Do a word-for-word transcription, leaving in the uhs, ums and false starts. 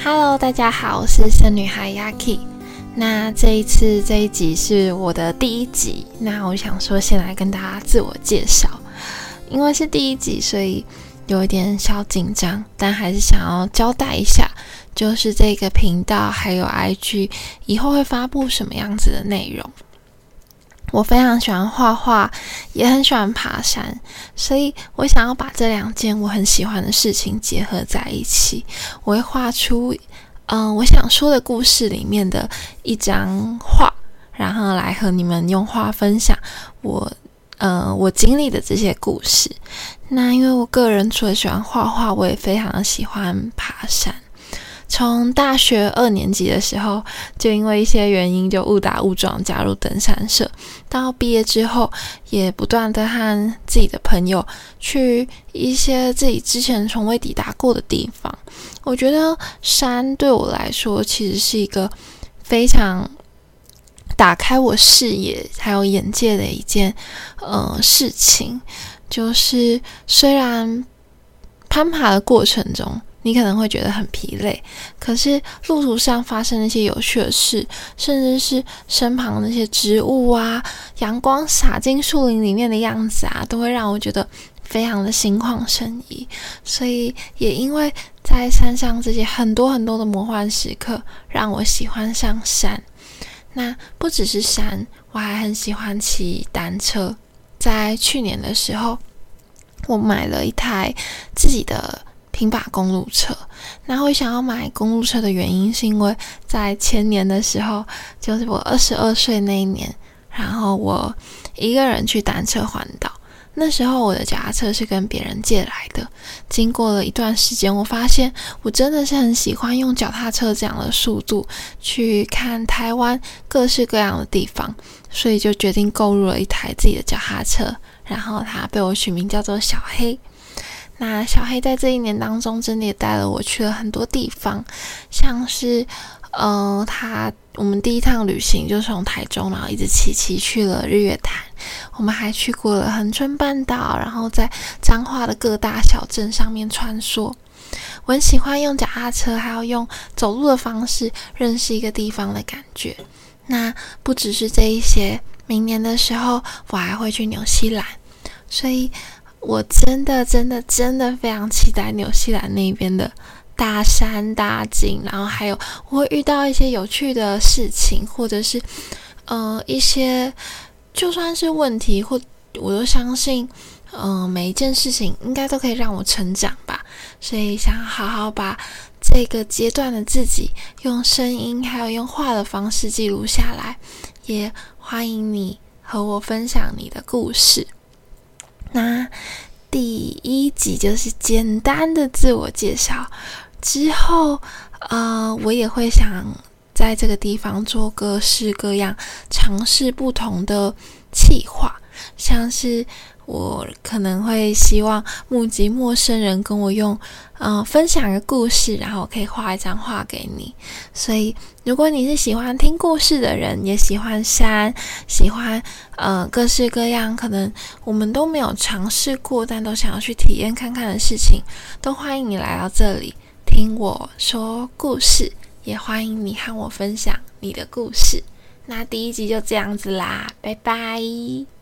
Hello， 大家好，我是森女孩 Yaki。那这一次这一集是我的第一集，那我想说先来跟大家自我介绍。因为是第一集，所以有一点小紧张，但还是想要交代一下，就是这个频道还有 I G 以后会发布什么样子的内容。我非常喜欢画画，也很喜欢爬山，所以我想要把这两件我很喜欢的事情结合在一起。我会画出嗯、呃，我想说的故事里面的一张画，然后来和你们用画分享我呃我经历的这些故事。那因为我个人除了喜欢画画，我也非常的喜欢爬山。从大学二年级的时候，就因为一些原因就误打误撞加入登山社，到毕业之后也不断的和自己的朋友去一些自己之前从未抵达过的地方。我觉得山对我来说其实是一个非常打开我视野还有眼界的一件呃事情。就是虽然攀爬的过程中你可能会觉得很疲累，可是路途上发生那些有趣的事，甚至是身旁那些植物啊，阳光洒进树林里面的样子啊，都会让我觉得非常的心旷神怡。所以也因为在山上这些很多很多的魔幻时刻，让我喜欢上山。那不只是山，我还很喜欢骑单车。在去年的时候，我买了一台自己的平把公路车。那会想要买公路车的原因是因为在前年的时候，就是我二十二岁那一年，然后我一个人去单车环岛。那时候我的脚踏车是跟别人借来的，经过了一段时间，我发现我真的是很喜欢用脚踏车这样的速度去看台湾各式各样的地方，所以就决定购入了一台自己的脚踏车，然后它被我取名叫做小黑。那小黑在这一年当中真的也带了我去了很多地方，像是呃，他我们第一趟旅行就从台中然后一直骑骑去了日月潭，我们还去过了恒春半岛，然后在彰化的各大小镇上面穿梭。我很喜欢用脚踏车还有用走路的方式认识一个地方的感觉。那不只是这一些，明年的时候我还会去纽西兰，所以我真的真的真的非常期待纽西兰那边的大山大景，然后还有我会遇到一些有趣的事情，或者是呃一些就算是问题，或我都相信呃每一件事情应该都可以让我成长吧。所以想好好把这个阶段的自己用声音还有用画的方式记录下来，也欢迎你和我分享你的故事。那第一集就是简单的自我介绍，之后呃，我也会想在这个地方做各式各样尝试不同的企划，像是我可能会希望募集陌生人跟我用呃分享一个故事，然后我可以画一张画给你。所以如果你是喜欢听故事的人，也喜欢山，喜欢呃各式各样可能我们都没有尝试过但都想要去体验看看的事情，都欢迎你来到这里听我说故事，也欢迎你和我分享你的故事。那第一集就这样子啦，拜拜。